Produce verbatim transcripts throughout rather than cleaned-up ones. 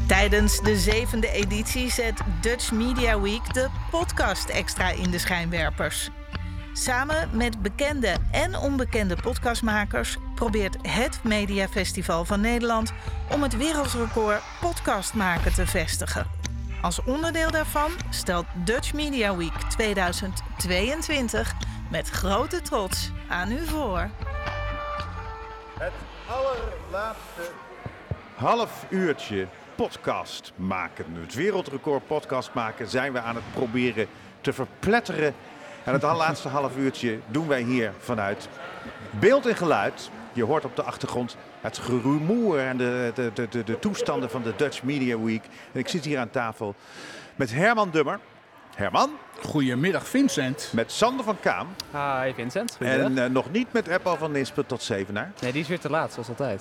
Tijdens de zevende editie zet Dutch Media Week de podcast extra in de schijnwerpers. Samen met bekende en onbekende podcastmakers probeert het Mediafestival van Nederland om het wereldrecord podcast maken te vestigen. Als onderdeel daarvan stelt Dutch Media Week tweeduizend tweeëntwintig met grote trots aan u voor. Het allerlaatste half uurtje podcast maken. Het wereldrecord podcast maken zijn we aan het proberen te verpletteren. En het allerlaatste half uurtje doen wij hier vanuit beeld en geluid. Je hoort op de achtergrond het gerumoer en de, de, de, de, de toestanden van de Dutch Media Week. En ik zit hier aan tafel met Herman Dummer. Herman. Goedemiddag Vincent. Met Sander van Kaam. Hi Vincent. En uh, nog niet met Eppo van Nispen tot Zevenaar. Nee, die is weer te laat, zoals altijd.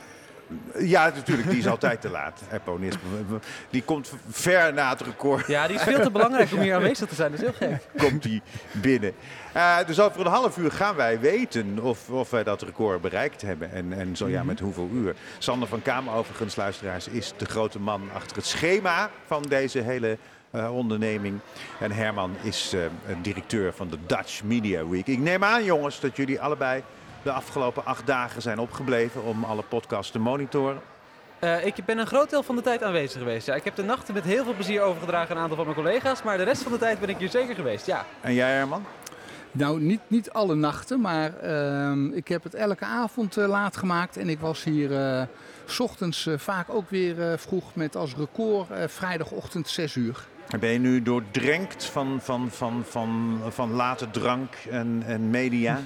Ja, natuurlijk. Die is altijd te laat. Eppo Nispen. Die komt ver na het record. Ja, die is veel te belangrijk om hier aanwezig te zijn. Dat is heel gek. Komt die binnen. Uh, dus over een half uur gaan wij weten of, of wij dat record bereikt hebben. En, en zo ja, met hoeveel uur. Sander van Kaam, overigens, luisteraars, is de grote man achter het schema van deze hele uh, onderneming. En Herman is uh, directeur van de Dutch Media Week. Ik neem aan, jongens, dat jullie allebei de afgelopen acht dagen zijn opgebleven om alle podcasts te monitoren. Uh, ik ben een groot deel van de tijd aanwezig geweest. Ja. Ik heb de nachten met heel veel plezier overgedragen aan een aantal van mijn collega's. Maar de rest van de tijd ben ik hier zeker geweest, ja. En jij, Herman? Nou, niet, niet alle nachten, maar uh, ik heb het elke avond uh, laat gemaakt. En ik was hier uh, 's ochtends uh, vaak ook weer uh, vroeg met als record uh, vrijdagochtend zes uur. Ben je nu doordrenkt van, van, van, van, van late drank en, en media?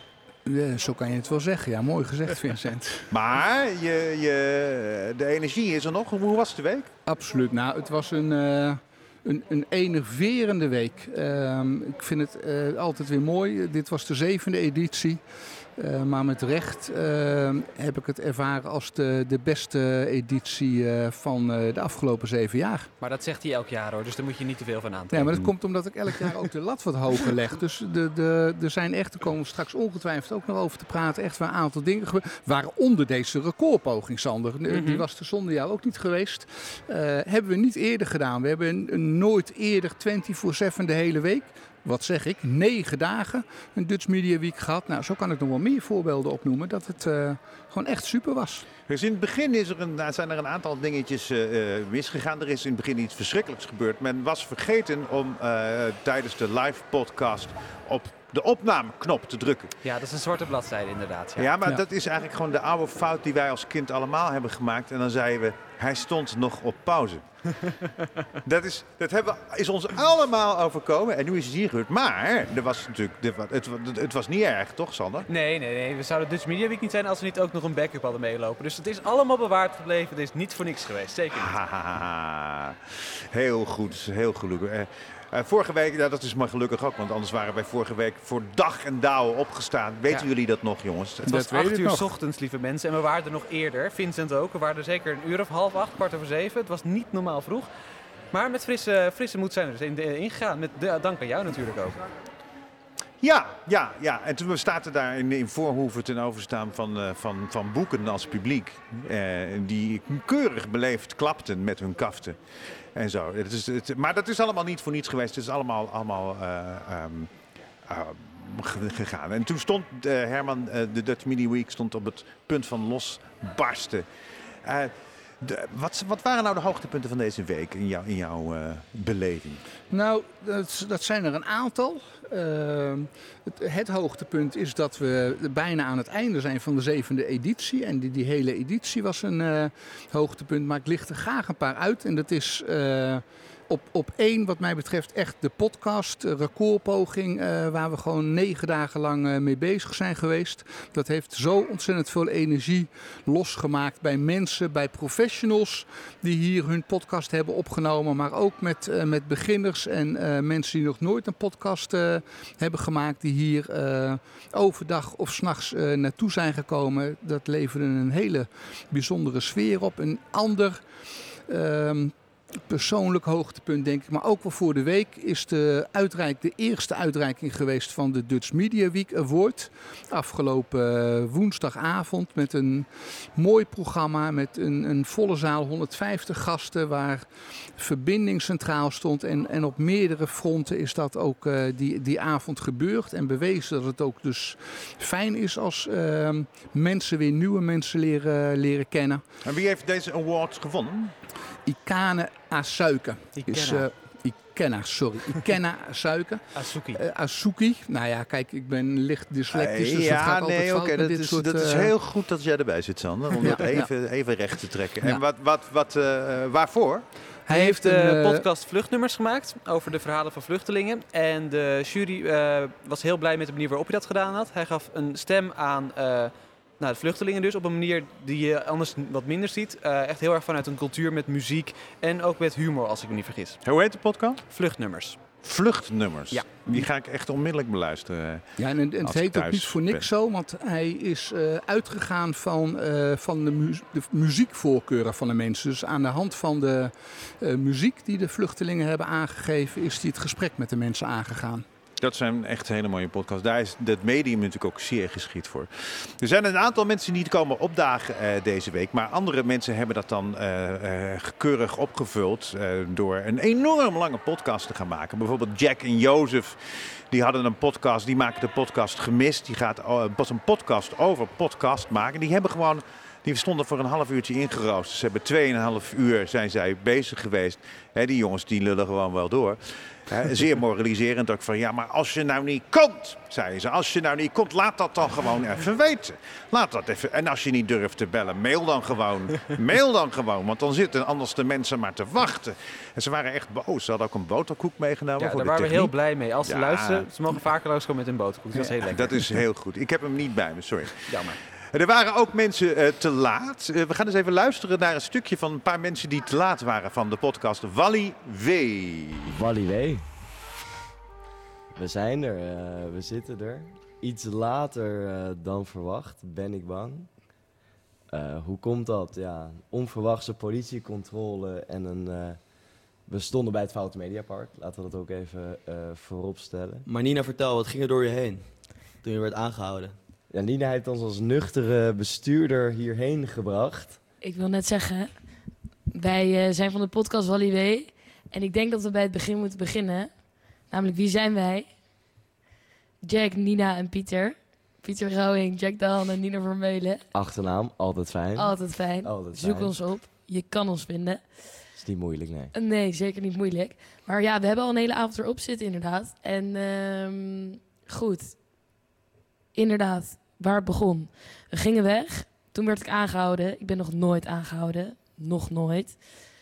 Ja, zo kan je het wel zeggen. Ja, mooi gezegd, Vincent. Maar je, je, de energie is er nog. Hoe was de week? Absoluut. Nou, het was een, uh, een, een enerverende week. Uh, ik vind het uh, altijd weer mooi. Dit was de zevende editie. Uh, maar met recht uh, heb ik het ervaren als de, de beste editie uh, van uh, de afgelopen zeven jaar. Maar dat zegt hij elk jaar hoor, dus daar moet je niet te veel van aantrekken. Ja, maar dat komt omdat ik elk jaar ook de lat wat hoger leg. Dus de, de, er zijn echt, daar komen we straks ongetwijfeld ook nog over te praten, echt wel een aantal dingen gebeurd. Waaronder deze recordpoging, Sander. Mm-hmm. Die was er zonder jou ook niet geweest. Uh, hebben we niet eerder gedaan. We hebben een, een nooit eerder vierentwintig zeven de hele week. Wat zeg ik? Negen dagen een Dutch Media Week gehad. Nou, zo kan ik nog wel meer voorbeelden opnoemen dat het uh, gewoon echt super was. Dus in het begin is er een, zijn er een aantal dingetjes uh, misgegaan. Er is in het begin iets verschrikkelijks gebeurd. Men was vergeten om uh, tijdens de live podcast op de opnameknop te drukken. Ja, dat is een zwarte bladzijde inderdaad. Ja, ja maar ja. dat is eigenlijk gewoon de oude fout die wij als kind allemaal hebben gemaakt. En dan zeiden we, hij stond nog op pauze. dat is, dat hebben, is ons allemaal overkomen en nu is het hier gebeurd. Maar er was natuurlijk, het, het, het was niet erg, toch Sander? Nee, nee, nee. We zouden Dutch Media Week niet zijn als we niet ook nog een backup hadden meelopen. Dus het is allemaal bewaard gebleven. Het is niet voor niks geweest, zeker niet. Ha, heel goed, heel gelukkig. Uh, uh, vorige week, nou, dat is maar gelukkig ook, want anders waren wij vorige week voor dag en dauw opgestaan. Weten ja. jullie dat nog, jongens? Het was acht uur 's ochtends, lieve mensen. En we waren er nog eerder. Vincent ook. We waren er zeker een uur of half acht, kwart over zeven. Het was niet normaal vroeg. Maar met frisse, frisse moed zijn we dus in, ingegaan. Met de, dank aan jou natuurlijk ook. Ja, ja, ja. En toen we zaten daar in, in Voorhoeven ten overstaan van, uh, van, van boeken als publiek. Uh, die keurig beleefd klapten met hun kaften. En zo. Het is, het, maar dat is allemaal niet voor niets geweest. Het is allemaal, allemaal uh, um, uh, gegaan. En toen stond uh, Herman, uh, de Dutch Media Week stond op het punt van losbarsten. Uh, De, wat, wat waren nou de hoogtepunten van deze week in, jou, in jouw uh, beleving? Nou, dat, dat zijn er een aantal. Uh, het, het hoogtepunt is dat we bijna aan het einde zijn van de zevende editie. En die, die hele editie was een uh, hoogtepunt. Maar ik licht er graag een paar uit. En dat is uh, op, op één, wat mij betreft, echt de podcast, uh, recordpoging. Uh, waar we gewoon negen dagen lang uh, mee bezig zijn geweest. Dat heeft zo ontzettend veel energie losgemaakt bij mensen, bij professionals die hier hun podcast hebben opgenomen. Maar ook met, uh, met beginners en uh, mensen die nog nooit een podcast uh, hebben gemaakt. Die hier uh, overdag of 's nachts uh, naartoe zijn gekomen. Dat leverde een hele bijzondere sfeer op. Een ander Uh, persoonlijk hoogtepunt, denk ik. Maar ook wel voor de week is de, uitreik, de eerste uitreiking geweest van de Dutch Media Week Award. Afgelopen woensdagavond met een mooi programma met een, een volle zaal, honderdvijftig gasten, waar verbinding centraal stond. En, en op meerdere fronten is dat ook uh, die, die avond gebeurd. En bewezen dat het ook dus fijn is als uh, mensen weer nieuwe mensen leren, leren kennen. En wie heeft deze award gewonnen? Ikane Asuike. Is, uh, Ikenna, sorry. Ikenna Asuike. Azuki. Uh, Azuki. Nou ja, kijk, ik ben licht dyslectisch, dus ja, dat gaat nee, altijd fout okay, met dat dit is, soort... Dat is uh, heel goed dat jij erbij zit, Sander, om ja, dat even, ja. even recht te trekken. Ja. En wat, wat, wat, uh, waarvoor? Hij heeft de een, uh, podcast Vluchtnummers gemaakt over de verhalen van vluchtelingen. En de jury uh, was heel blij met de manier waarop hij dat gedaan had. Hij gaf een stem aan uh, nou, de vluchtelingen dus op een manier die je anders wat minder ziet. Uh, echt heel erg vanuit een cultuur met muziek en ook met humor, als ik me niet vergis. Hoe heet de podcast? Vluchtnummers. Vluchtnummers. Ja. Die ga ik echt onmiddellijk beluisteren. Ja, en, en het heet ook niet voor niks ben. zo, want hij is uh, uitgegaan van, uh, van de, mu- de muziekvoorkeuren van de mensen. Dus aan de hand van de uh, muziek die de vluchtelingen hebben aangegeven, is hij het gesprek met de mensen aangegaan. Dat zijn echt hele mooie podcasts. Daar is het medium natuurlijk ook zeer geschikt voor. Er zijn een aantal mensen die komen opdagen uh, deze week. Maar andere mensen hebben dat dan uh, uh, keurig opgevuld uh, door een enorm lange podcast te gaan maken. Bijvoorbeeld Jack en Jozef. Die hadden een podcast, die maken de podcast Gemist. Die gaat uh, pas een podcast over podcast maken. Die hebben gewoon... Die stonden voor een half uurtje ingeroosterd. Ze hebben tweeënhalf uur zijn zij bezig geweest. He, die jongens die lullen gewoon wel door. He, zeer moraliserend ook van, ja, maar als je nou niet komt, zeiden ze. Als je nou niet komt, laat dat dan gewoon even weten. Laat dat even. En als je niet durft te bellen, mail dan gewoon. Mail dan gewoon, want dan zitten anders de mensen maar te wachten. En ze waren echt boos. Ze hadden ook een boterkoek meegenomen Ja, voor daar de waren techniek. we heel blij mee. Als ze Ja. luisteren, ze mogen vaker langskomen met een boterkoek. Dat is heel lekker. Dat is heel goed. Ik heb hem niet bij me, sorry. Jammer. Er waren ook mensen uh, te laat. Uh, we gaan eens even luisteren naar een stukje van een paar mensen die te laat waren van de podcast Wally W. Wally W. We zijn er, uh, we zitten er. Iets later uh, dan verwacht, ben ik bang. Uh, hoe komt dat? Ja, onverwachte politiecontrole en een... Uh, we stonden bij het Foute Mediapark, laten we dat ook even uh, voorop stellen. Maar Nina, vertel, wat ging er door je heen toen je werd aangehouden? Ja, Nina heeft ons als nuchtere bestuurder hierheen gebracht. Ik wil net zeggen, wij uh, zijn van de podcast Wally W. En ik denk dat we bij het begin moeten beginnen. Namelijk, wie zijn wij? Jack, Nina en Pieter. Pieter Rauwing, Jack Daan en Nina Vermeulen. Achternaam, altijd fijn. Altijd fijn. Altijd Zoek fijn. ons op. Je kan ons vinden. Is niet moeilijk, nee. Uh, Nee, zeker niet moeilijk. Maar ja, we hebben al een hele avond erop zitten, inderdaad. En um, goed. Inderdaad, waar het begon. We gingen weg. Toen werd ik aangehouden. Ik ben nog nooit aangehouden. Nog nooit.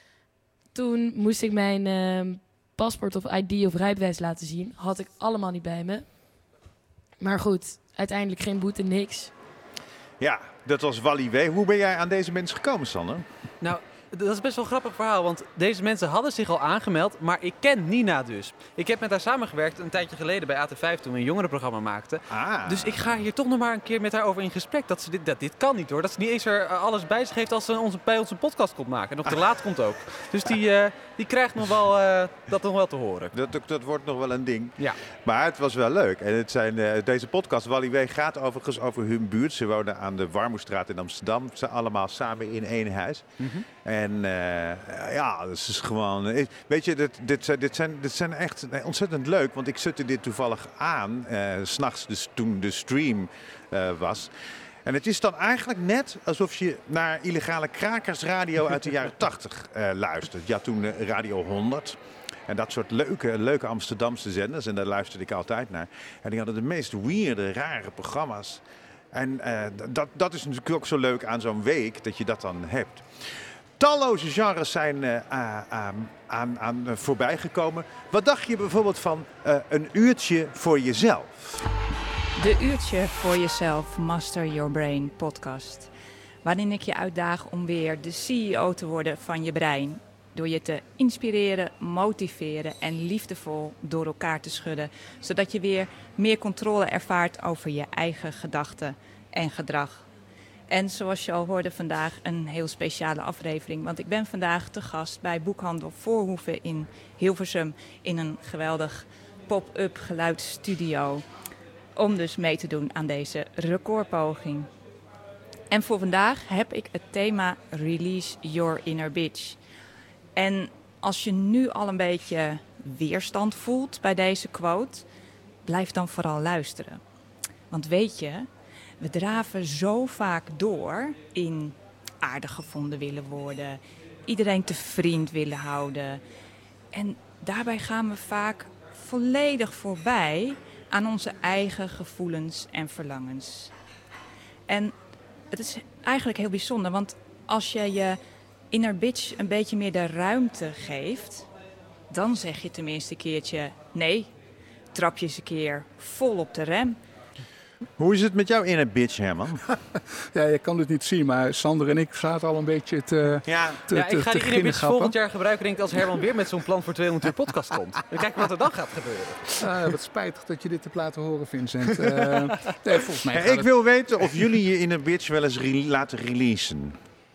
Toen moest ik mijn uh, paspoort of I D of rijbewijs laten zien. Had ik allemaal niet bij me. Maar goed, uiteindelijk geen boete, niks. Ja, dat was Wally W. Hoe ben jij aan deze mensen gekomen, Sander? Nou, dat is best wel een grappig verhaal, want deze mensen hadden zich al aangemeld, maar ik ken Nina dus. Ik heb met haar samengewerkt een tijdje geleden bij A T vijf toen we een jongerenprogramma maakten. Ah. Dus ik ga hier toch nog maar een keer met haar over in gesprek. Dat ze dit, dat, dit kan niet hoor. Dat ze niet eens er alles bij zich heeft als ze onze, bij onze podcast komt maken. En nog te laat komt ook. Dus die, uh, die krijgt nog wel, uh, dat nog wel te horen. Dat, dat wordt nog wel een ding. Ja. Maar het was wel leuk. En het zijn, uh, deze podcast, Wally W, gaat overigens over hun buurt. Ze wonen aan de Warmoestraat in Amsterdam. Ze allemaal samen in één huis. Mm-hmm. En uh, ja, dat is gewoon... Weet je, dit, dit, dit, zijn, dit zijn echt ontzettend leuk. Want ik zette dit toevallig aan, uh, 's nachts dus toen de stream uh, was. En het is dan eigenlijk net alsof je naar illegale krakersradio uit de jaren tachtig uh, luistert. Ja, toen uh, Radio honderd. En dat soort leuke, leuke Amsterdamse zenders. En daar luisterde ik altijd naar. En die hadden de meest weirde, rare programma's. En uh, dat, dat is natuurlijk ook zo leuk aan zo'n week, dat je dat dan hebt. Talloze genres zijn uh, aan, aan, aan uh, voorbij gekomen. Wat dacht je bijvoorbeeld van uh, een uurtje voor jezelf? De Uurtje voor Jezelf Master Your Brain podcast. Waarin ik je uitdaag om weer de C E O te worden van je brein. Door je te inspireren, motiveren en liefdevol door elkaar te schudden. Zodat je weer meer controle ervaart over je eigen gedachten en gedrag. En zoals je al hoorde vandaag een heel speciale aflevering. Want ik ben vandaag te gast bij Boekhandel Voorhoeven in Hilversum in een geweldig pop-up geluidsstudio. Om dus mee te doen aan deze recordpoging. En voor vandaag heb ik het thema Release Your Inner Bitch. En als je nu al een beetje weerstand voelt bij deze quote, blijf dan vooral luisteren. Want weet je, we draven zo vaak door in aardig gevonden willen worden, iedereen te vriend willen houden. En daarbij gaan we vaak volledig voorbij aan onze eigen gevoelens en verlangens. En het is eigenlijk heel bijzonder, want als je je inner bitch een beetje meer de ruimte geeft, dan zeg je tenminste een keertje nee, trap je eens een keer vol op de rem. Hoe is het met jouw inner bitch, Herman? Ja, je kan het niet zien, maar Sander en ik zaten al een beetje te Ja, te, Ja, ik te, ga te die inner bitch ginnegappen. volgend jaar gebruiken, denk ik, als Herman weer met zo'n plan voor tweehonderd uur podcast komt. Dan kijken we wat er dan gaat gebeuren. Ah, wat spijtig dat je dit hebt laten horen, Vincent. Uh, nee, volgens mij Ja, gaat ik het- wil weten of jullie je inner bitch wel eens re- laten releasen.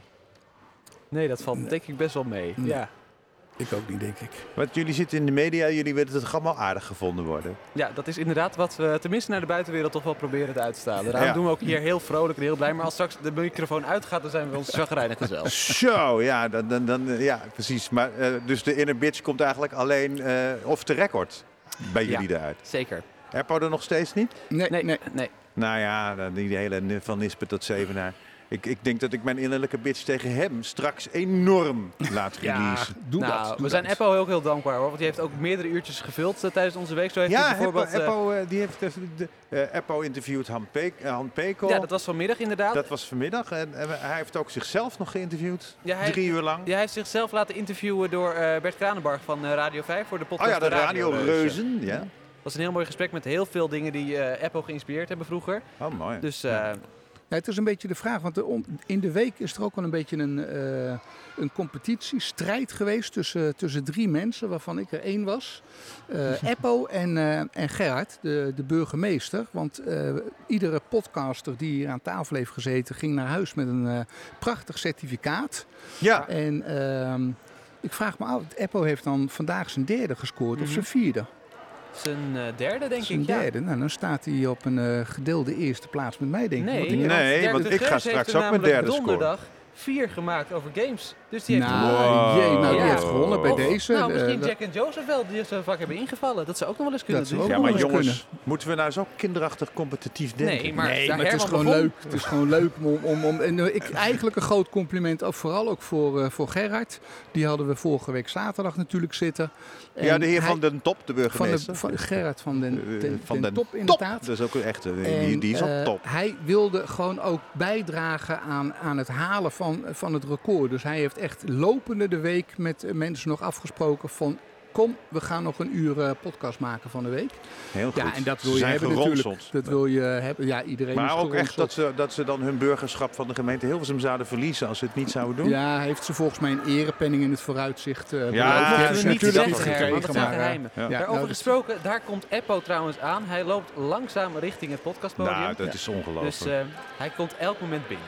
Nee, dat valt denk ik best wel mee. Nee. Ja. Ik ook niet, denk ik. Want jullie zitten in de media, jullie willen het allemaal aardig gevonden worden. ja, dat is inderdaad wat we tenminste naar de buitenwereld toch wel proberen te uitstaan. Daarom Ja. doen we ook hier heel vrolijk en heel blij. Maar als straks de microfoon uitgaat, dan zijn we ons chagrijnig gezellig. Zo, ja, dan, dan, dan, eh, ja precies. Maar, eh, dus de inner bitch komt eigenlijk alleen eh off the record bij jullie eruit. Zeker. Eppo er nog steeds niet? Nee, Nee, nee. nee. Nou ja, dan die hele n- van Nispen tot Zevenaar. Ik, ik denk dat ik mijn innerlijke bitch tegen hem straks enorm laat Ja. releasen. Doe nou, dat. doe we zijn dat. Eppo ook heel dankbaar hoor. Want die heeft ook meerdere uurtjes gevuld eh, tijdens onze week. Zo heeft Ja, hij Eppo, bijvoorbeeld... eh, Eppo, eh, die heeft eh, de, eh, Eppo interviewd Han, Pe eh, Han Pekel. ja, dat was vanmiddag inderdaad. Dat was vanmiddag. En, en hij heeft ook zichzelf nog geïnterviewd. Ja, hij- Drie uur lang. Ja, hij heeft zichzelf laten interviewen door eh, Bert Kranenbarg van eh, Radio vijf voor de Oh podcast ja, de Radio radioreuzen. Ja. Dat was een heel mooi gesprek met heel veel dingen die eh Eppo geïnspireerd hebben vroeger. Oh, mooi. Dus eh, Ja, het is een beetje de vraag, want de on- in de week is er ook wel een beetje een, eh, een competitie, strijd geweest tussen, tussen drie mensen, waarvan ik er één was. Eh Eppo en, eh, en Gerard, de, de burgemeester. Want eh, iedere podcaster die hier aan tafel heeft gezeten, ging naar huis met een eh, prachtig certificaat. Ja, En ehm, ik vraag me af, Eppo heeft dan vandaag zijn derde gescoord of Mhm. zijn vierde? zijn eh, derde, denk Zijn ik. Ja. derde. Nou, dan staat hij op een eh, gedeelde eerste plaats met mij, denk ik. Nee, Want ik- Nee, Dirk want de ik ga Geus straks heeft er ook mijn namelijk derde scoren. donderdag vier gemaakt over games. Dus die heeft Nou, Wow. jee, nou, die Ja. heeft gewonnen bij Of- deze. Nou, misschien Eh, Jack en Joseph wel, die zo vaak hebben ingevallen. Dat zou ook nog wel eens kunnen. Dat zou doen. ook ja, maar wel eens jongens, moeten we nou zo kinderachtig competitief denken? Nee, maar, Nee, daar maar het is Herman gewoon begon- leuk. Het is gewoon leuk om... om, om en eh, ik, eigenlijk een groot compliment, ook vooral ook voor, eh, voor Gerard. Die hadden we vorige week zaterdag natuurlijk zitten. En Ja, de heer hij- van den Top, de van, burgemeester. de, van Gerard van den, Eh, den, van den den Top, Top. inderdaad. Dat is ook een echte, En, die, die is ook eh, top. Hij wilde gewoon ook bijdragen aan, aan het halen van, van het record. Dus hij heeft echt lopende de week met eh, mensen nog afgesproken van... Kom, we gaan nog een uur eh, podcast maken van de week. Heel goed. Ja, en dat Ze wil je zijn hebben geronseld. natuurlijk. Dat wil je hebben. Ja, iedereen is Maar ook echt geronseld. dat ze, dat ze dan hun burgerschap van de gemeente Hilversum zouden verliezen als ze het niet zouden doen. Ja, hij heeft ze volgens mij een erepenning in het vooruitzicht uh, beloofd. Ja, Die dat hebben moeten ze we niet natuurlijk zeggen, niet Herman, gekregen. dat zijn maar, eh, geheimen. Ja. ja, Daarover nou, gesproken, daar komt Eppo trouwens aan. Hij loopt langzaam richting het podcastpodium. Nou, dat is ongelooflijk. dus eh, hij komt elk moment binnen.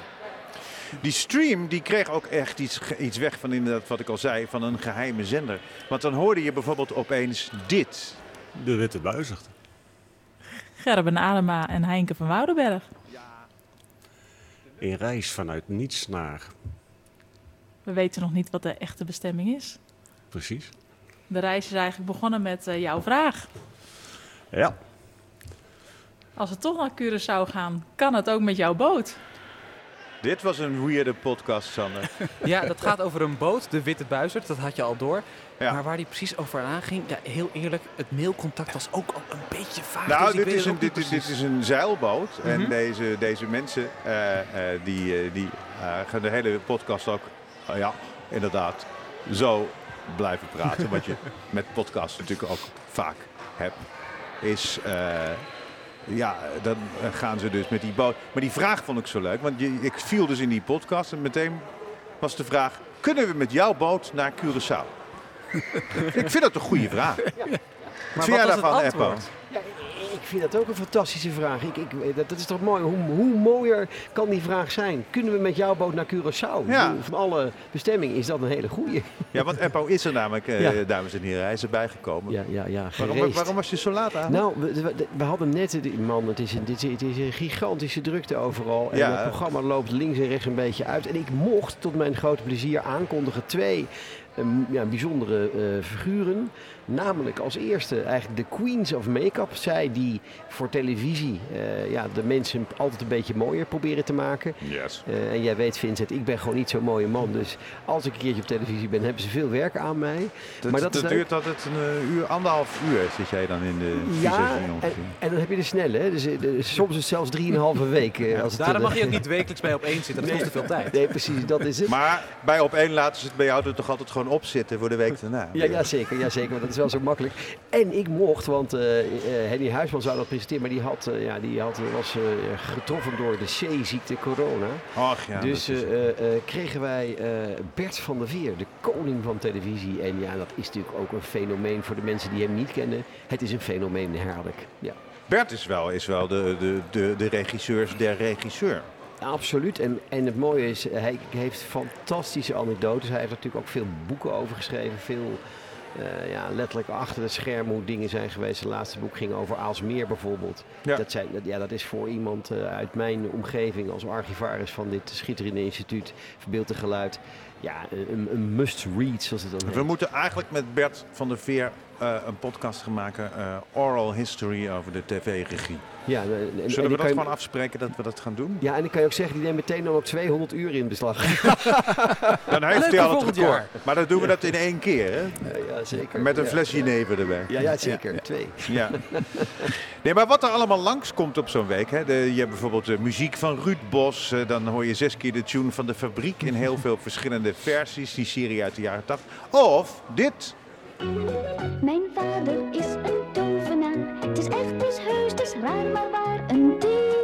Die stream die kreeg ook echt iets, ge- iets weg van inderdaad wat ik al zei, van een geheime zender. Want dan hoorde je bijvoorbeeld opeens dit. De Witte Buizigde. Gerben Adema en Heinke van Woudenberg. Een reis vanuit niets naar. We weten nog niet wat de echte bestemming is. Precies. De reis is eigenlijk begonnen met uh, jouw vraag. Ja. Als we toch naar Curaçao gaan, kan het ook met jouw boot. Dit was een weirde podcast, Sander. Ja, dat gaat over een boot, de Witte Buizerd. Dat had je al door. Ja. Maar waar die precies over aanging, ja, heel eerlijk, het mailcontact was ook al een beetje vaag. Nou, dus ik dit weet is, het een, ook niet dit, is, dit precies. is een zeilboot. En Mhm. deze, deze mensen, eh, eh, die, eh, die eh, gaan de hele podcast ook, eh, ja, inderdaad, zo blijven praten. Wat je met podcasts natuurlijk ook vaak hebt. Is, eh, ja, dan gaan ze dus met die boot. Maar die vraag vond ik zo leuk. Want je, ik viel dus in die podcast en meteen was de vraag, kunnen we met jouw boot naar Curaçao? Ik vind dat een goede vraag. Wat Maar vind jij wat was het daarvan, Eppo? antwoord? Ja, ik vind dat ook een fantastische vraag. Ik, ik, dat, dat is toch mooi. Hoe, hoe mooier kan die vraag zijn? Kunnen we met jouw boot naar Curaçao? Ja. Van alle bestemmingen is dat een hele goeie. Ja, want Eppo is er namelijk, uh, ja. dames en heren. Hij is erbij gekomen. Ja, ja, ja. Waarom, waarom was je zo laat aan? Nou, we, we, we hadden net... Man, het is, een, het, is, het is een gigantische drukte overal. En ja. Het programma loopt links en rechts een beetje uit. En ik mocht tot mijn grote plezier aankondigen twee... Um, ja, bijzondere uh, figuren. Namelijk als eerste eigenlijk de Queens of Make-up. Zij die voor televisie uh, ja, de mensen altijd een beetje mooier proberen te maken. Yes. Uh, en jij weet, Vincent, ik ben gewoon niet zo'n mooie man. Dus als ik een keertje op televisie ben, hebben ze veel werk aan mij. Dat, maar dat, dat is duurt altijd een uh, uur, anderhalf uur zit jij dan in de ja, en, en dan heb je de snelle. Hè? Dus, de, soms is het zelfs drieënhalve week. Uh, ja, als daarom het, mag je ook niet wekelijks bij op één zitten. Dat nee, kost te veel tijd. Nee, precies. Dat is het. Maar bij op één laten ze het bij jou er toch altijd gewoon opzitten voor de week daarna. Ja, ja, zeker, ja, zeker. Maar dat is wel zo makkelijk. En ik mocht, want uh, uh, Henny Huisman zou dat presenteren, maar die, had, uh, ja, die had, was uh, getroffen door de C-ziekte corona. Ach ja. Dus is... uh, uh, kregen wij uh, Bert van der Veer, de koning van televisie. En ja, dat is natuurlijk ook een fenomeen voor de mensen die hem niet kennen. Het is een fenomeen, herhaaldelijk. Ja. Bert is wel, is wel de, de, de, de regisseurs der regisseur. Absoluut. En, en het mooie is, hij heeft fantastische anekdotes. Hij heeft natuurlijk ook veel boeken over geschreven. Veel uh, ja, letterlijk achter het scherm hoe dingen zijn geweest. Het laatste boek ging over Aalsmeer bijvoorbead. Ja. Dat, zijn, dat, ja, dat is voor iemand uh, uit mijn omgeving als archivaris van dit schitterende instituut Beeld en Geluid. Ja, een, een must-read zoals het dan heet. We moeten eigenlijk met Bert van der Veer uh, een podcast gaan maken. Uh, oral history over de tv-regie. Ja, en, en, Zullen we dat je... gewoon afspreken dat we dat gaan doen? Ja, en dan kan je ook zeggen, die neemt meteen dan ook tweehonderd uur in beslag. Dan heeft hij al het record. Maar dan doen we dat in één keer, hè? Ja, ja zeker. Met een ja. fles jenever erbij. Ja, ja zeker. Ja. Twee. Ja. Nee, maar wat er allemaal langskomt op zo'n week. Hè? De, je hebt bijvoorbeeld de muziek van Ruud Bos. Uh, dan hoor je zes keer de tune van De Fabriek in heel veel verschillende versies. Die serie uit de jaren tachtig. Of dit. Mijn vader is een tovenaar. Het is echt, het is heus, het is raar, maar waar. Een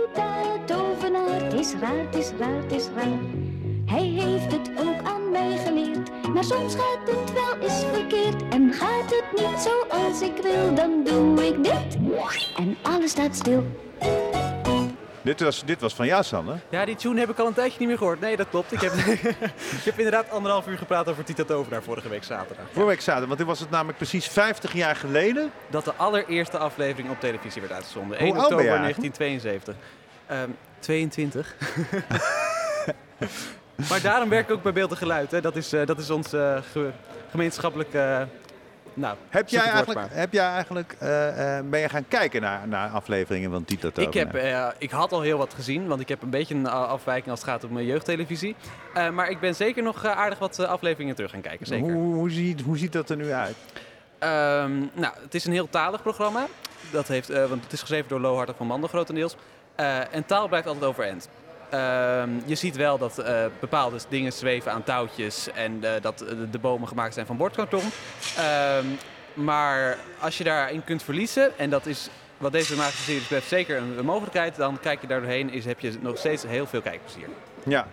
tovenaar. Het is raar, het is raar, het is raar. Hij heeft het ook aan mij geleerd. Maar soms gaat het wel eens verkeerd. En gaat het niet zoals ik wil, dan doe ik dit. En alles staat stil. Dit was, dit was van jou, Sanne. Ja, die tune heb ik al een tijdje niet meer gehoord. Nee, dat klopt. Ik heb, ik heb inderdaad anderhalf uur gepraat over Tita Tovenaar vorige week zaterdag. Vorige week zaterdag, want toen was het namelijk precies vijftig jaar geleden. Dat de allereerste aflevering op televisie werd uitgezonden. Hoe één oud ben oktober je negentien tweeënzeventig. Um, tweeëntwintig. Maar daarom werk ik ook bij Beeld en Geluid. Hè. Dat, is, uh, dat is ons uh, ge gemeenschappelijk... Uh, Nou, heb, jij eigenlijk, heb jij eigenlijk, uh, uh, ben je gaan kijken naar, naar afleveringen van Tita Tovenaar? Ik, heb, uh, ik had al heel wat gezien, want ik heb een beetje een afwijking als het gaat om mijn jeugdtelevisie. Uh, maar ik ben zeker nog uh, aardig wat uh, afleveringen terug gaan kijken, zeker. Hoe, hoe, ziet, hoe ziet dat er nu uit? Um, nou, het is een heel talig programma. Dat heeft, uh, want het is geschreven door Lo Hartog van Manden grotendeels. Uh, en taal blijft altijd overeind. Uh, je ziet wel dat uh, bepaalde dingen zweven aan touwtjes en uh, dat uh, de bomen gemaakt zijn van bordkarton. Uh, maar als je daarin kunt verliezen, en dat is wat deze magische series betreft zeker een, een mogelijkheid, dan kijk je daar doorheen, is, heb je nog steeds heel veel kijkplezier. Ja.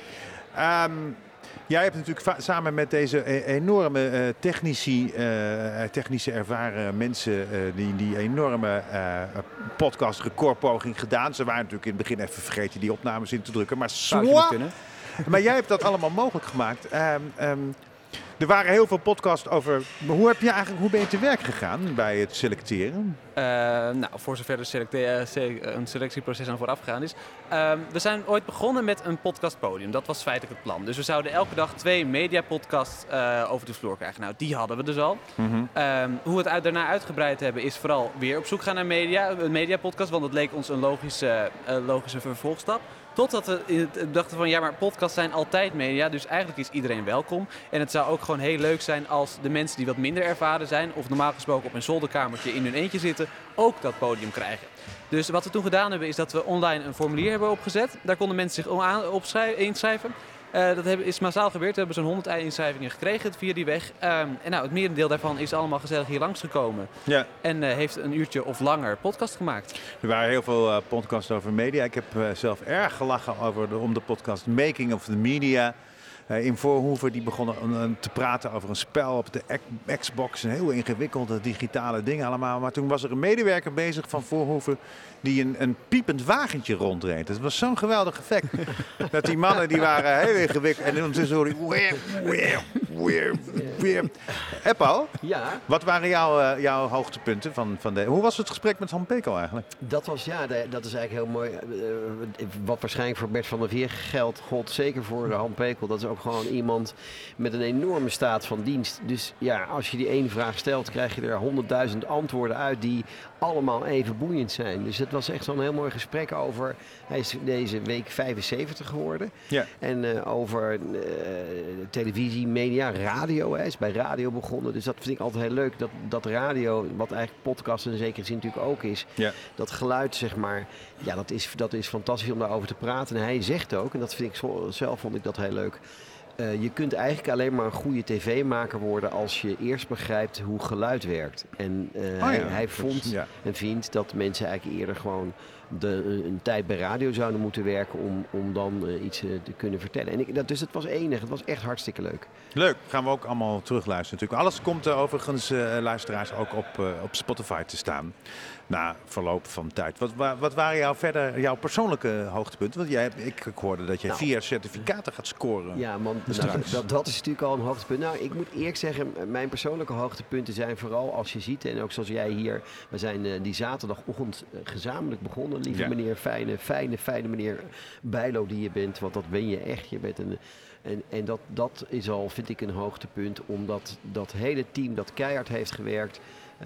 Um, jij hebt natuurlijk samen met deze e enorme uh, technici, uh, technische ervaren mensen uh, die, die enorme uh, podcast recordpoging gedaan. Ze waren natuurlijk in het begin even vergeten die opnames in te drukken. Maar, maar jij hebt dat allemaal mogelijk gemaakt. Um, um, er waren heel veel podcasts over. Hoe, heb je eigenlijk, hoe ben je te werk gegaan bij het selecteren? Uh, nou, voor zover er selecte een selectieproces aan vooraf gegaan is. Uh, we zijn ooit begonnen met een podcastpodium. Dat was feitelijk het plan. Dus we zouden elke dag twee mediapodcasts uh, over de vloer krijgen. Nou, die hadden we dus al. Mm-hmm. uh, hoe we het uit, daarna uitgebreid hebben is vooral weer op zoek gaan naar media. Een mediapodcast, want het leek ons een logische, uh, logische vervolgstap. Totdat we dachten van ja, maar podcasts zijn altijd media, dus eigenlijk is iedereen welkom. En het zou ook gewoon heel leuk zijn als de mensen die wat minder ervaren zijn, of normaal gesproken op een zolderkamertje in hun eentje zitten, ook dat podium krijgen. Dus wat we toen gedaan hebben is dat we online een formulier hebben opgezet. Daar konden mensen zich op inschrijven. Uh, dat is massaal gebeurd. We hebben zo'n honderd inschrijvingen gekregen via die weg. Um, en nou, het merendeel daarvan is allemaal gezellig hier langsgekomen. Ja. En uh, heeft een uurtje of langer podcast gemaakt. Er waren heel veel uh, podcasts over media. Ik heb uh, zelf erg gelachen over de, om de podcast Making of the Media. uh, in Voorhoeven. Die begonnen uh, te praten over een spel op de Xbox. Een heel ingewikkelde digitale dingen allemaal. Maar toen was er een medewerker bezig van Voorhoeven die een, een piepend wagentje rondreed. Het was zo'n geweldig effect. Dat die mannen die waren heel ingewikkeld. En ondertussen hoorde ik... Hé Paul, ja? Wat waren jouw, uh, jouw hoogtepunten van, van de... Hoe was het gesprek met Han Pekel eigenlijk? Dat was, ja, de, dat is eigenlijk heel mooi. Uh, wat waarschijnlijk voor Bert van der Veer geldt, gold zeker voor uh, Han Pekel. Dat is ook gewoon iemand met een enorme staat van dienst. Dus ja, als je die ene vraag stelt, krijg je er honderdduizend antwoorden uit die allemaal even boeiend zijn. Dus het was echt zo'n heel mooi gesprek over... Hij is deze week vijfenzeventig geworden. Ja. En uh, over uh, televisie, media, radio. Hij is bij radio begonnen. Dus dat vind ik altijd heel leuk. Dat, dat radio, wat eigenlijk podcast in zekere zin natuurlijk ook is. Ja. Dat geluid, zeg maar. Ja, dat is, dat is fantastisch om daarover te praten. En hij zegt ook, en dat vind ik zo, zelf vond ik dat heel leuk... Uh, je kunt eigenlijk alleen maar een goede tv-maker worden als je eerst begrijpt hoe geluid werkt. En uh, oh ja, hij, hij vond is, ja. en vindt dat mensen eigenlijk eerder gewoon de, een tijd bij radio zouden moeten werken om, om dan uh, iets uh, te kunnen vertellen. En ik, dat, dus het was enig, het was echt hartstikke leuk. Leuk, gaan we ook allemaal terugluisteren natuurlijk. Alles komt uh, overigens, uh, luisteraars, ook op, uh, op Spotify te staan. Na verloop van tijd. Wat, wat waren jouw verder jouw persoonlijke hoogtepunten? Want jij, ik, ik hoorde dat je nou, vier certificaten gaat scoren. Ja, man, nou, dat, dat is natuurlijk al een hoogtepunt. Nou, ik moet eerlijk zeggen, mijn persoonlijke hoogtepunten zijn vooral als je ziet, en ook zoals jij hier, we zijn uh, die zaterdagochtend uh, gezamenlijk begonnen. Lieve ja. meneer, fijne, fijne, fijne meneer Bijlo die je bent, want dat ben je echt. Je bent een... En, en dat, dat is al, vind ik, een hoogtepunt, omdat dat hele team dat keihard heeft gewerkt, uh,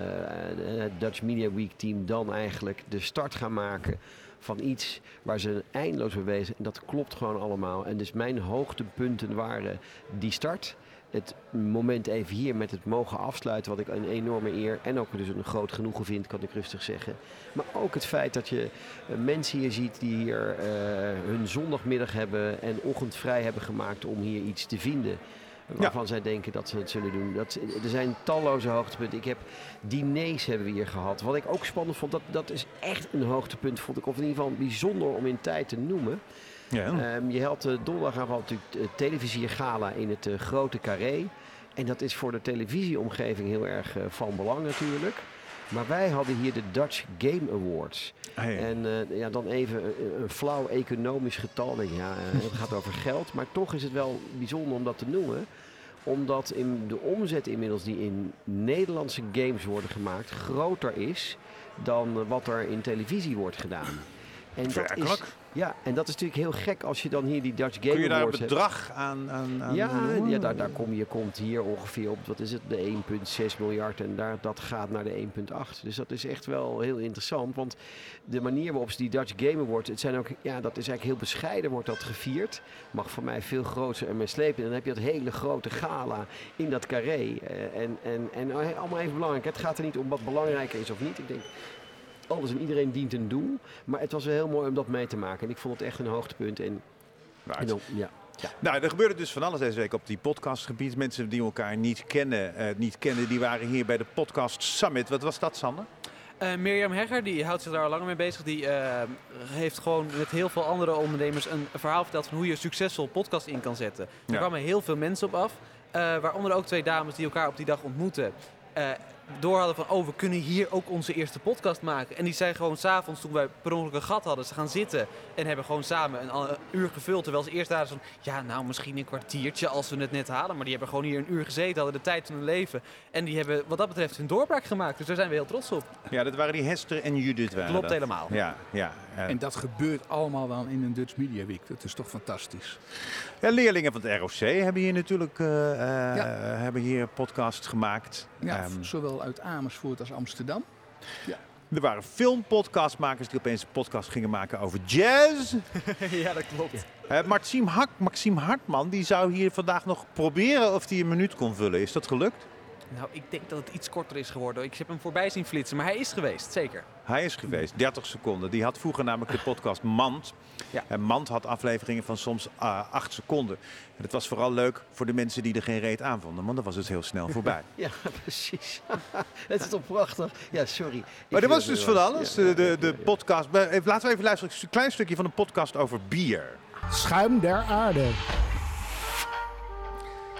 het Dutch Media Week team, dan eigenlijk de start gaan maken van iets waar ze eindeloos mee bezig zijn. En dat klopt gewoon allemaal. En dus mijn hoogtepunten waren die start. Het moment even hier met het mogen afsluiten, wat ik een enorme eer en ook dus een groot genoegen vind, kan ik rustig zeggen. Maar ook het feit dat je uh, mensen hier ziet die hier uh, hun zondagmiddag hebben en ochtend vrij hebben gemaakt om hier iets te vinden. Waarvan ja. zij denken dat ze het zullen doen. Dat, er zijn talloze hoogtepunten. Ik heb diners hebben we hier gehad. Wat ik ook spannend vond, dat, dat is echt een hoogtepunt, vond ik. Of in ieder geval bijzonder om in tijd te noemen. Ja. Um, je had uh, donderdagavond natuurlijk uh, televisiegala in het uh, grote Carré. En dat is voor de televisieomgeving heel erg uh, van belang natuurlijk. Maar wij hadden hier de Dutch Game Awards. Hey. En uh, ja, dan even een, een flauw economisch getal. Ja, uh, het gaat over geld. Maar toch is het wel bijzonder om dat te noemen. Omdat in de omzet inmiddels die in Nederlandse games worden gemaakt groter is dan uh, wat er in televisie wordt gedaan. En dat is, ja, en dat is natuurlijk heel gek als je dan hier die Dutch Game Awards hebt. Kun je daar een bedrag aan, aan, aan Ja, ja daar, daar kom je komt hier ongeveer op, wat is het, de één komma zes miljard en daar, dat gaat naar de één komma acht. Dus dat is echt wel heel interessant, want de manier waarop ze die Dutch Game Awards, het zijn ook, ja, dat is eigenlijk heel bescheiden, wordt dat gevierd. Mag voor mij veel groter en meeslepend. En dan heb je dat hele grote gala in dat carré. Uh, en, en, en allemaal even belangrijk, het gaat er niet om wat belangrijker is of niet. Ik denk, alles en iedereen dient een doel. Maar het was wel heel mooi om dat mee te maken. En ik vond het echt een hoogtepunt. En, right. en dan, ja. Ja. Nou, er gebeurde dus van alles deze week op die podcastgebied. Mensen die elkaar niet kennen, uh, niet kennen, die waren hier bij de Podcast Summit. Wat was dat, Sander? Uh, Mirjam Hegger, die houdt zich daar al langer mee bezig. Die uh, heeft gewoon met heel veel andere ondernemers een verhaal verteld van hoe je een succesvol podcast in kan zetten. Er ja. kwamen heel veel mensen op af. Uh, waaronder ook twee dames die elkaar op die dag ontmoetten. Uh, door hadden van, oh, we kunnen hier ook onze eerste podcast maken. En die zijn gewoon s'avonds, toen wij per ongeluk een gat hadden, ze gaan zitten en hebben gewoon samen een, een uur gevuld. Terwijl ze eerst daar van, ja, nou, misschien een kwartiertje als we het net halen. Maar die hebben gewoon hier een uur gezeten, hadden de tijd van hun leven. En die hebben wat dat betreft hun doorbraak gemaakt. Dus daar zijn we heel trots op. Ja, dat waren die Hester en Judith. Waren Klopt dat. helemaal. Ja, ja. En, en dat gebeurt allemaal wel in een Dutch Media Week. Dat is toch fantastisch. Ja, leerlingen van het R O C hebben hier natuurlijk uh, ja. uh, hebben hier podcasts gemaakt. Ja, um, zowel uit Amersfoort als Amsterdam. Ja. Er waren filmpodcastmakers die opeens een podcast gingen maken over jazz. Ja, dat klopt. Uh, Maxime, Hak, Maxime Hartman die zou hier vandaag nog proberen of hij een minuut kon vullen. Is dat gelukt? Nou, ik denk dat het iets korter is geworden. Ik heb hem voorbij zien flitsen, maar hij is geweest, zeker. Hij is geweest, dertig seconden. Die had vroeger namelijk de podcast Mand. Ja. En Mand had afleveringen van soms uh, acht seconden. En het was vooral leuk voor de mensen die er geen reet aan vonden. Want dan was het heel snel voorbij. Ja, precies. Het is toch prachtig. Ja, sorry. Maar er was dus van alles. Ja, de, de, de podcast. Laten we even luisteren. Een klein stukje van een podcast over bier. Schuim der aarde.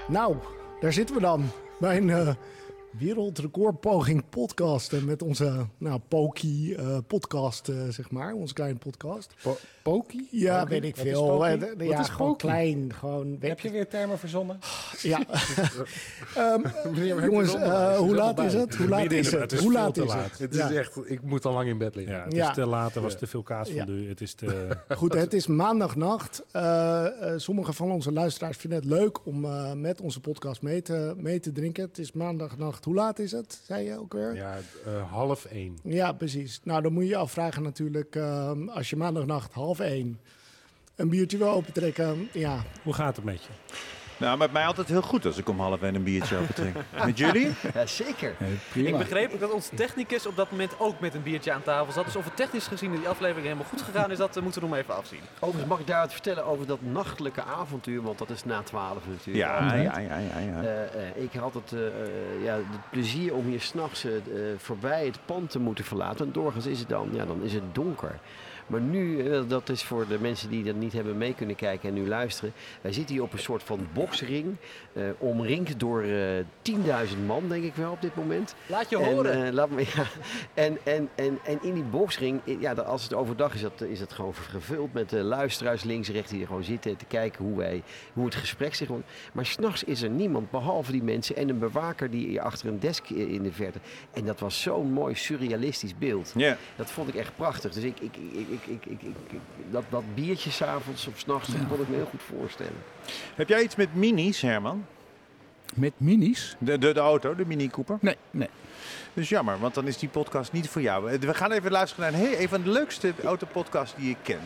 Nou, daar zitten we dan. Bij een uh, wereldrecordpoging podcast. En met onze nou, Poki uh, podcast, uh, zeg maar. Onze kleine podcast. Po- Poki? Ja, Poki? weet ik Wat veel. Is Uh, Wat ja, is gewoon Poki? klein. Gewoon, Heb je weer termen verzonnen? Ja. um, jongens, uh, hoe laat is het? Hoe laat is het? Het is Hoe veel laat te is laat. het? Het is Ja. echt, ik moet al lang in bed liggen. Ja, het Ja. is te laat, er was Ja. te veel kaasfondue. Het is te... Goed, het is maandagnacht. Uh, uh, sommige van onze luisteraars vinden het leuk om uh, met onze podcast mee te, mee te drinken. Het is maandagnacht. Hoe laat is het, zei je ook weer? Ja, uh, half één. Ja, precies. Nou, dan moet je je afvragen natuurlijk, uh, als je maandagnacht half één een biertje wil opentrekken. Ja. Hoe gaat het met je? Nou, met mij altijd heel goed als ik om half één een biertje opentrek. Met jullie? Ja, zeker. Ik begreep ook dat onze technicus op dat moment ook met een biertje aan tafel zat. Dus of het technisch gezien die aflevering helemaal goed gegaan is, dat uh, moeten we nog maar even afzien. Overigens mag ik daar wat vertellen over dat nachtelijke avontuur, want dat is na twaalf natuurlijk. Ja, ja, ja, ja. ja. Uh, uh, ik had het, uh, uh, ja, het plezier om hier s'nachts uh, voorbij het pand te moeten verlaten. En doorgaans is het dan, ja, dan is het donker. Maar nu, uh, dat is voor de mensen die dat niet hebben mee kunnen kijken en nu luisteren. Wij zitten hier op een soort van boksring, uh, omringd door uh, tienduizend man, denk ik wel op dit moment. Laat je en, horen. Uh, laat me, ja. en, en, en, en in die boksring, ja, als het overdag is, dat, is het gewoon gevuld met uh, luisteraars links en rechts die er gewoon zitten te kijken hoe, wij, hoe het gesprek zich... Maar s'nachts is er niemand behalve die mensen en een bewaker die achter een desk in de verte. En dat was zo'n mooi surrealistisch beeld. Yeah. Dat vond ik echt prachtig. Dus ik, ik, ik, ik, ik, ik, ik, ik, dat, dat biertje s'avonds of s'nachts, dat kon ik me heel goed voorstellen. Heb jij iets met minis, Herman? Met minis? De, de, de auto, de Mini Cooper? Nee, nee. Dus jammer, want dan is die podcast niet voor jou. We gaan even luisteren naar een, een van de leukste autopodcasts die ik ken.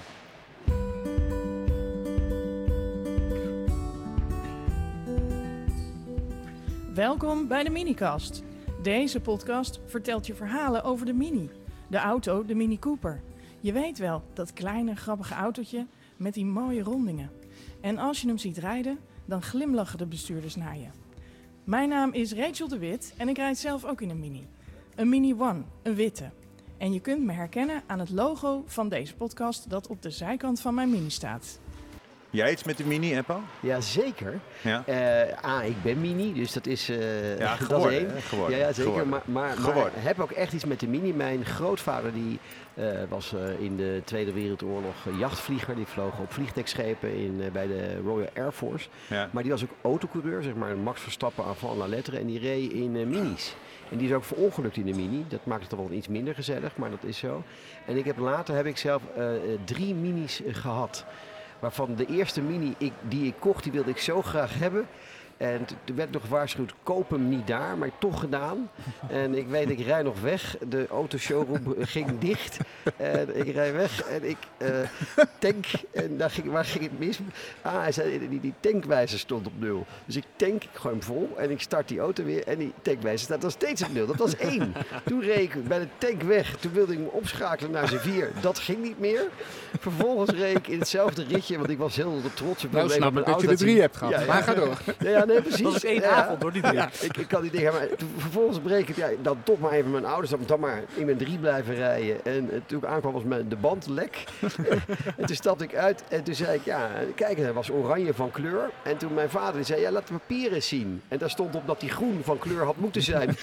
Welkom bij de Minicast. Deze podcast vertelt je verhalen over de Mini. De auto, de Mini Cooper. Je weet wel, dat kleine grappige autootje met die mooie rondingen. En als je hem ziet rijden, dan glimlachen de bestuurders naar je. Mijn naam is Rachel de Wit en ik rijd zelf ook in een Mini. Een Mini One, een witte. En je kunt me herkennen aan het logo van deze podcast dat op de zijkant van mijn Mini staat. Jij iets met de Mini, Eppo? Jazeker. Ja. Uh, A, ik ben Mini, dus dat is, uh, ja, dat geworden, is één. Hè, geworden, ja, ja, zeker. geworden. Maar, maar, maar heb ook echt iets met de Mini. Mijn grootvader die uh, was uh, in de Tweede Wereldoorlog uh, jachtvlieger. Die vloog op vliegdekschepen in, uh, bij de Royal Air Force. Ja. Maar die was ook autocoureur, zeg maar Max Verstappen avant la lettre. En die reed in uh, Minis. En die is ook verongelukt in de Mini. Dat maakt het toch wel iets minder gezellig, maar dat is zo. En ik heb, later heb ik zelf uh, drie Minis uh, gehad. Waarvan de eerste Mini ik, die ik kocht, die wilde ik zo graag hebben. En toen werd nog gewaarschuwd, koop hem niet daar, maar toch gedaan. En ik weet, ik rij nog weg. De autoshowroom ging dicht. En ik rij weg en ik uh, tank. En daar ging, waar ging het mis? Ah, hij zei, die, die tankwijzer stond op nul. Dus ik tank, ik gooi hem vol en ik start die auto weer. En die tankwijzer staat nog steeds op nul. Dat was één. Toen reed ik bij de tank weg. Toen wilde ik hem opschakelen naar zijn vier. Dat ging niet meer. Vervolgens reed ik in hetzelfde ritje, want ik was heel trots op nou, snap ik dat je de drie hebt gehad. Ja, ja. Maar ga door. Ja, ja, nee, precies. Dat is één ja, avond door die drie. Ja, ik, ik kan die dingen, maar toen, vervolgens breek ik ja, dan toch maar even mijn ouders, dan maar in mijn drie blijven rijden. En uh, toen ik aankwam was mijn, de band lek. En toen stapte ik uit en toen zei ik, ja, kijk, hij was oranje van kleur. En toen mijn vader die zei, ja, laat de papieren eens zien. En daar stond op dat hij groen van kleur had moeten zijn.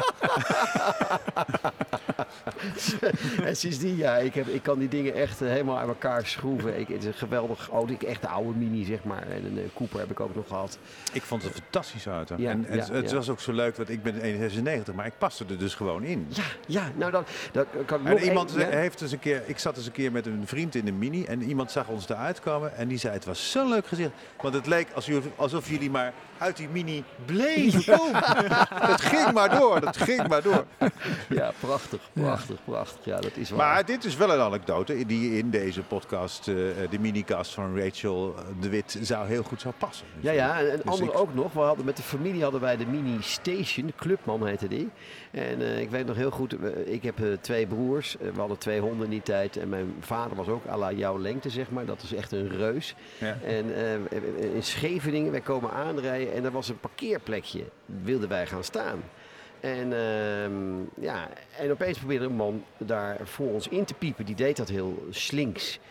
En sindsdien, ja, ik, heb, ik kan die dingen echt uh, helemaal uit elkaar schroeven. Ik, het is een geweldig auto, ik echt de oude Mini, zeg maar. En een uh, Cooper heb ik ook nog gehad. Ik vond het een fantastische auto. Ja, en het, ja, het ja. was ook zo leuk, want ik ben één komma zesennegentig, maar ik paste er dus gewoon in. Ja, ja nou dan, dan kan ik en nog iemand een, ja. heeft eens een keer, ik zat eens een keer met een vriend in de Mini en iemand zag ons eruit komen en die zei, het was zo'n leuk gezicht. Want het leek alsof, alsof jullie maar uit die Mini bleven komen. Dat ging maar door, dat ging maar door. Ja, prachtig, prachtig, prachtig. Ja, dat is waar. Maar dit is wel een anekdote die in deze podcast, uh, de minicast van Rachel de Wit, zou heel goed zou passen. Dus ja, ja, en een dus andere ik... ook nog. We hadden, met de familie hadden wij de Mini Station, Clubman heette die. En uh, ik weet nog heel goed, uh, ik heb uh, twee broers. Uh, we hadden twee honden in die tijd. En mijn vader was ook à la jouw lengte, zeg maar. Dat is echt een reus. Ja. En uh, in Scheveningen, wij komen aanrijden en er was een parkeerplekje. Wilden wij gaan staan. En, uh, ja, en opeens probeerde een man daar voor ons in te piepen. Die deed dat heel slinks.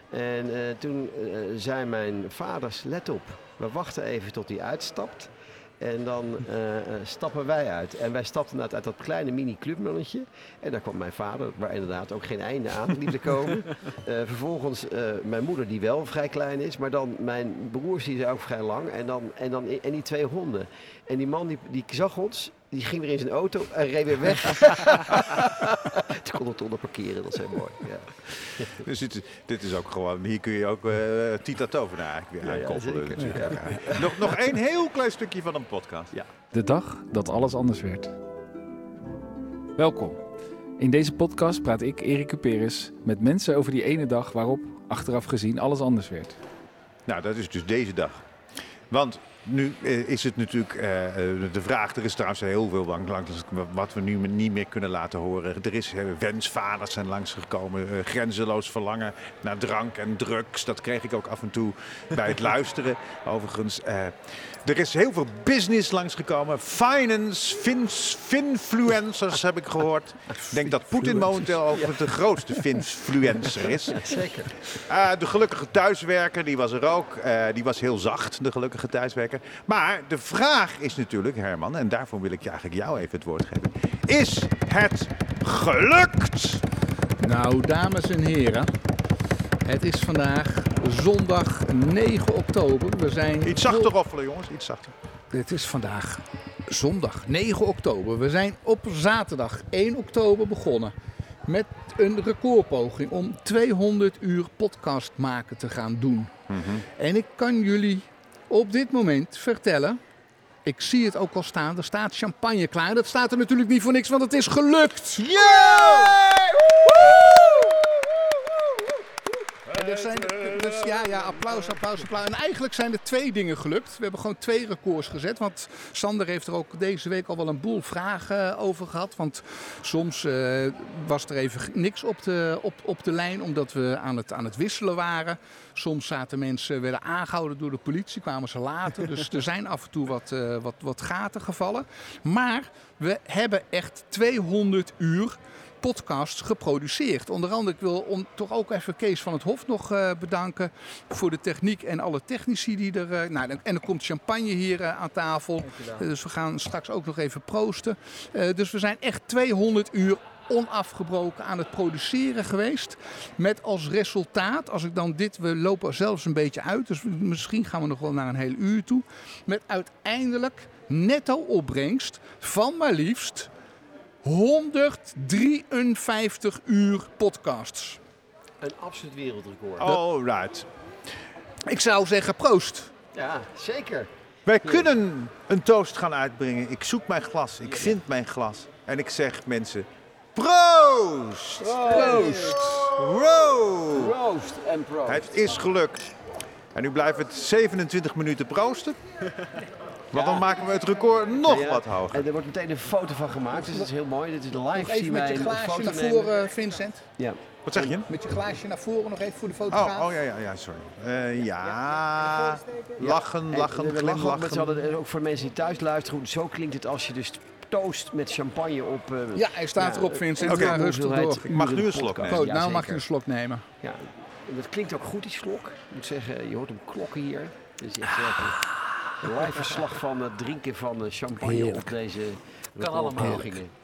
En uh, toen uh, zei mijn vaders, let op, we wachten even tot hij uitstapt. En dan uh, uh, stappen wij uit. En wij stapten uit, uit dat kleine mini-clubmannetje. En daar kwam mijn vader, waar inderdaad ook geen einde aan liep te komen. Uh, vervolgens uh, mijn moeder, die wel vrij klein is. Maar dan mijn broers, die zijn ook vrij lang. En, dan, en, dan, en die twee honden. En die man, die, die zag ons. Die ging weer in zijn auto en reed weer weg. Toen kon het onder parkeren, dat is heel mooi. Ja. Dus dit, dit is ook gewoon, hier kun je ook uh, Tita Tovenaar eigenlijk weer ja, aankoppelen. Ja, ja, ja. Nog, nog één heel klein stukje van een podcast. Ja. De dag dat alles anders werd. Welkom. In deze podcast praat ik, Erik Cuperus, met mensen over die ene dag waarop, achteraf gezien, alles anders werd. Nou, dat is dus deze dag. Want nu uh, is het natuurlijk uh, de vraag, er is trouwens heel veel lang, lang, wat we nu niet meer kunnen laten horen. Er is uh, wensvaders zijn langsgekomen, uh, grenzeloos verlangen naar drank en drugs. Dat kreeg ik ook af en toe bij het luisteren. Overigens, uh, er is heel veel business langsgekomen. Finance, fins, finfluencers heb ik gehoord. Ik denk dat Poetin momenteel ook de grootste finfluencer is. Ja, zeker. Uh, de gelukkige thuiswerker, die was er ook. Uh, die was heel zacht, de gelukkige thuiswerker. Maar de vraag is natuurlijk, Herman, en daarvoor wil ik je eigenlijk jou even het woord geven. Is het gelukt? Nou, dames en heren, het is vandaag zondag negen oktober. We zijn Iets zachter roffelen, jongens, iets zachter. Het is vandaag zondag negen oktober. We zijn op zaterdag één oktober begonnen met een recordpoging om tweehonderd uur podcast maken te gaan doen. Mm-hmm. En ik kan jullie op dit moment vertellen, ik zie het ook al staan, er staat champagne klaar. Dat staat er natuurlijk niet voor niks, want het is gelukt. Yeah! En er zijn, dus ja, ja, applaus, applaus, applaus. En eigenlijk zijn er twee dingen gelukt. We hebben gewoon twee records gezet. Want Sander heeft er ook deze week al wel een boel vragen over gehad. Want soms uh, was er even niks op de, op, op de lijn, omdat we aan het, aan het wisselen waren. Soms zaten mensen, werden aangehouden door de politie, kwamen ze later. Dus er zijn af en toe wat, uh, wat, wat gaten gevallen. Maar we hebben echt tweehonderd uur podcasts geproduceerd. Onder andere, ik wil om, toch ook even Kees van het Hof nog uh, bedanken voor de techniek en alle technici die er... Uh, nou, en er komt champagne hier uh, aan tafel. Uh, dus we gaan straks ook nog even proosten. Uh, dus we zijn echt tweehonderd uur onafgebroken aan het produceren geweest. Met als resultaat, als ik dan dit... We lopen zelfs een beetje uit, dus misschien gaan we nog wel naar een heel uur toe. Met uiteindelijk netto opbrengst van maar liefst honderddrieënvijftig uur podcasts. Een absoluut wereldrecord. All right. Ik zou zeggen proost. Ja, zeker. Wij ja. kunnen een toast gaan uitbrengen. Ik zoek mijn glas. Ik vind mijn glas. En ik zeg mensen, proost! Proost! Proost! Proost en proost. Het is gelukt. En nu blijft het zevenentwintig minuten proosten. Want ja. dan maken we het record nog ja, wat hoger. En er wordt meteen een foto van gemaakt, dus dat is heel mooi. Dit is de live. Even met je glaasje naar voren, Vincent. Ja. Wat zeg je? Met je glaasje naar voren nog even voor de fotograaf. Oh, oh ja, ja, ja, sorry. Uh, ja, ja. lachen, ja. lachen, glimlachen. Ze hadden ook voor mensen die thuis luisteren, zo klinkt het als je dus toost met champagne op... Uh, ja, hij staat ja, erop, Vincent. Oké, okay. rustig door. Ik mag nu een slok nemen. Goed, nou ja, mag je een slok nemen. Ja, en dat klinkt ook goed, die slok. Ik moet zeggen, je hoort hem klokken hier. Dus je hebt een live verslag van het drinken van champagne Heerlijk. Op deze kan allemaal.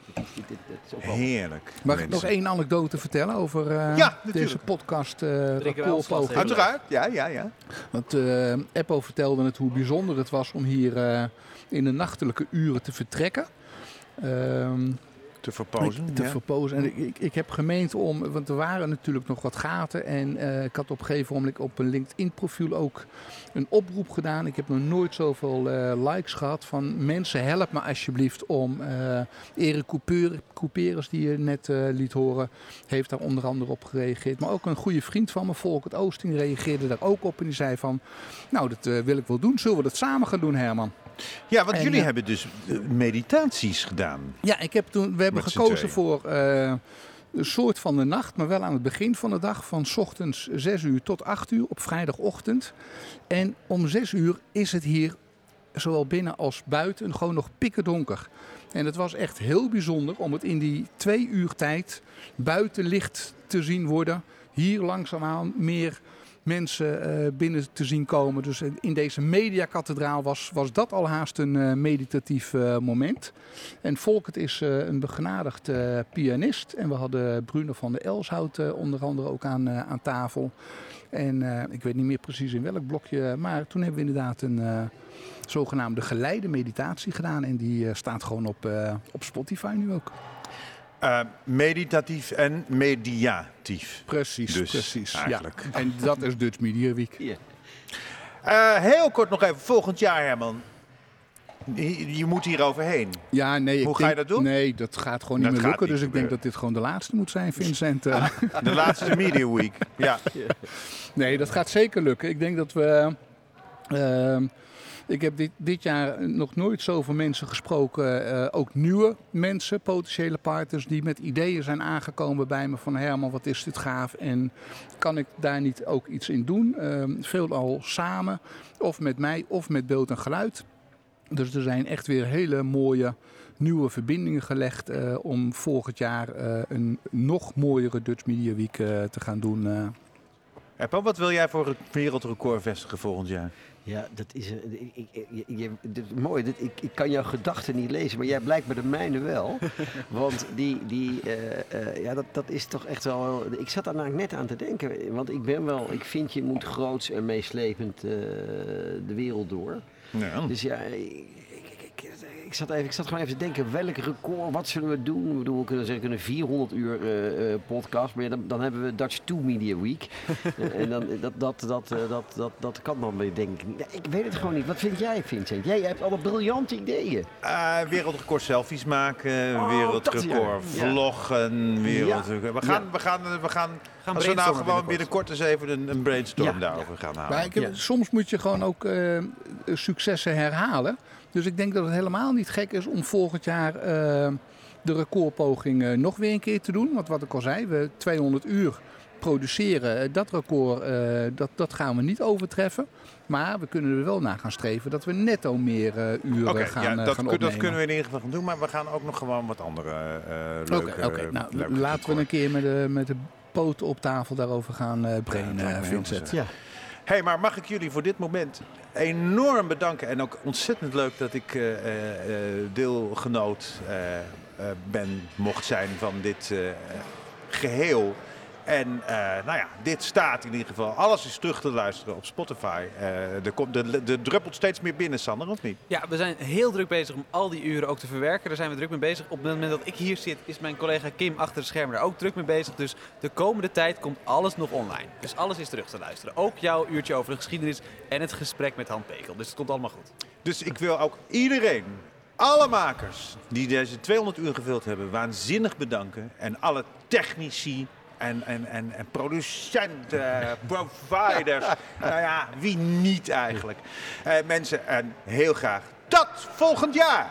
Heerlijk. Mag ik nog één anekdote vertellen over uh, ja, deze podcast? Uh, Uiteraard, ja, ja, ja. Want uh, Eppo vertelde het hoe bijzonder het was om hier uh, in de nachtelijke uren te vertrekken. Um, Te verpozen. Ik, te ja. verpozen. En ik, ik heb gemeend om, want er waren natuurlijk nog wat gaten. En uh, ik had op een gegeven moment op een LinkedIn profiel ook een oproep gedaan. Ik heb nog nooit zoveel uh, likes gehad van mensen, help me alsjeblieft om uh, Erik Couperus, die je net uh, liet horen, heeft daar onder andere op gereageerd. Maar ook een goede vriend van me, Volkert Oosting, reageerde daar ook op. En die zei van, nou dat uh, wil ik wel doen. Zullen we dat samen gaan doen, Herman? Ja, want en, jullie uh, hebben dus meditaties gedaan. Ja, ik heb toen, we hebben gekozen voor uh, een soort van de nacht, maar wel aan het begin van de dag. Van 's ochtends zes uur tot acht uur op vrijdagochtend. En om zes uur is het hier, zowel binnen als buiten, gewoon nog pikkerdonker. En het was echt heel bijzonder om het in die twee uur tijd buiten licht te zien worden. hier langzaamaan meer mensen uh, binnen te zien komen. Dus in deze mediakathedraal was, was dat al haast een uh, meditatief uh, moment. En Volkert is uh, een begenadigd uh, pianist. En we hadden Bruno van der Elshout uh, onder andere ook aan, uh, aan tafel. En uh, ik weet niet meer precies in welk blokje, maar toen hebben we inderdaad een uh, zogenaamde geleide meditatie gedaan. En die uh, staat gewoon op, uh, op Spotify nu ook. Uh, meditatief en mediatief. Precies, dus, precies. Eigenlijk. Ja. En dat is Dutch Media Week. Yeah. Uh, heel kort nog even, volgend jaar Herman. Je, je moet hier overheen. Ja, nee, Hoe ik ga denk, je dat doen? Nee, dat gaat gewoon niet dat meer lukken. Niet dus ik denk dat dit gewoon de laatste moet zijn, Vincent. De laatste Media Week, ja. Nee, dat gaat zeker lukken. Ik denk dat we... Uh, ik heb dit, dit jaar nog nooit zoveel mensen gesproken. Uh, ook nieuwe mensen, potentiële partners, die met ideeën zijn aangekomen bij me. Van Herman, wat is dit gaaf? En kan ik daar niet ook iets in doen? Uh, veelal samen, of met mij, of met beeld en geluid. Dus er zijn echt weer hele mooie nieuwe verbindingen gelegd uh, om volgend jaar uh, een nog mooiere Dutch Media Week uh, te gaan doen. Uh. Erpan, wat wil jij voor het wereldrecord vestigen volgend jaar? Ja, dat is een, ik, ik, je, je, dit, mooi. Dit, ik, ik kan jouw gedachten niet lezen, maar jij blijkt bij de mijne wel. Want die, die uh, uh, ja, dat, dat is toch echt wel... Ik zat daar nou net aan te denken, want ik ben wel... Ik vind je moet groots en meeslepend uh, de wereld door. Ja. Dus ja... Ik, Ik zat, even, ik zat gewoon even te denken, welk record, wat zullen we doen? Ik bedoel, we kunnen zeggen, een vierhonderd uur uh, uh, podcast, maar ja, dan, dan hebben we Dutch two Media Week. uh, en dan, dat, dat, dat, uh, dat, dat, dat kan dan weer, denk ik. Ja, ik weet het gewoon niet. Wat vind jij, Vincent? Jij hebt alle briljante ideeën. Uh, wereldrecord selfies maken, oh, wereldrecord dat, ja. vloggen, wereldrecord. We gaan, ja. we gaan, we gaan, gaan als we nou gewoon binnenkort eens even een, een brainstorm ja. daarover ja. gaan halen. Maar ik heb, ja. Soms moet je gewoon ook uh, successen herhalen. Dus ik denk dat het helemaal niet gek is om volgend jaar uh, de recordpoging uh, nog weer een keer te doen. Want wat ik al zei, we tweehonderd uur produceren. Dat record, uh, dat, dat gaan we niet overtreffen. Maar we kunnen er wel naar gaan streven dat we netto meer uh, uren okay, gaan, ja, uh, dat gaan kun, opnemen. Dat kunnen we in ieder geval gaan doen. Maar we gaan ook nog gewoon wat andere uh, leuke... Oké, okay, okay. nou, leuke laten record. we een keer met de, met de poten op tafel daarover gaan uh, brainen, ja, Vincent. Ja. Hey, maar mag ik jullie voor dit moment enorm bedanken. En ook ontzettend leuk dat ik uh, uh, deelgenoot uh, uh, ben, mocht zijn van dit uh, geheel. En uh, nou ja, dit staat in ieder geval. Alles is terug te luisteren op Spotify. Uh, er, komt, er, er druppelt steeds meer binnen, Sander, of niet? Ja, we zijn heel druk bezig om al die uren ook te verwerken. Daar zijn we druk mee bezig. Op het moment dat ik hier zit, is mijn collega Kim achter de schermen daar ook druk mee bezig. Dus de komende tijd komt alles nog online. Dus alles is terug te luisteren. Ook jouw uurtje over de geschiedenis en het gesprek met Han Pekel. Dus het komt allemaal goed. Dus ik wil ook iedereen, alle makers die deze tweehonderd uur gevuld hebben, waanzinnig bedanken. En alle technici... En, en, en, en producenten, providers, nou ja, wie niet eigenlijk. Uh, mensen, en heel graag tot volgend jaar!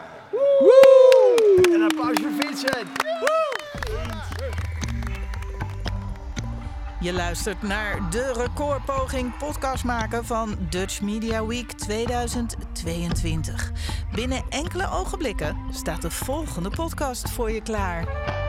Woe! En een applaus voor Vincent! Je luistert naar de recordpoging podcast maken van Dutch Media Week tweeduizend tweeëntwintig. Binnen enkele ogenblikken staat de volgende podcast voor je klaar.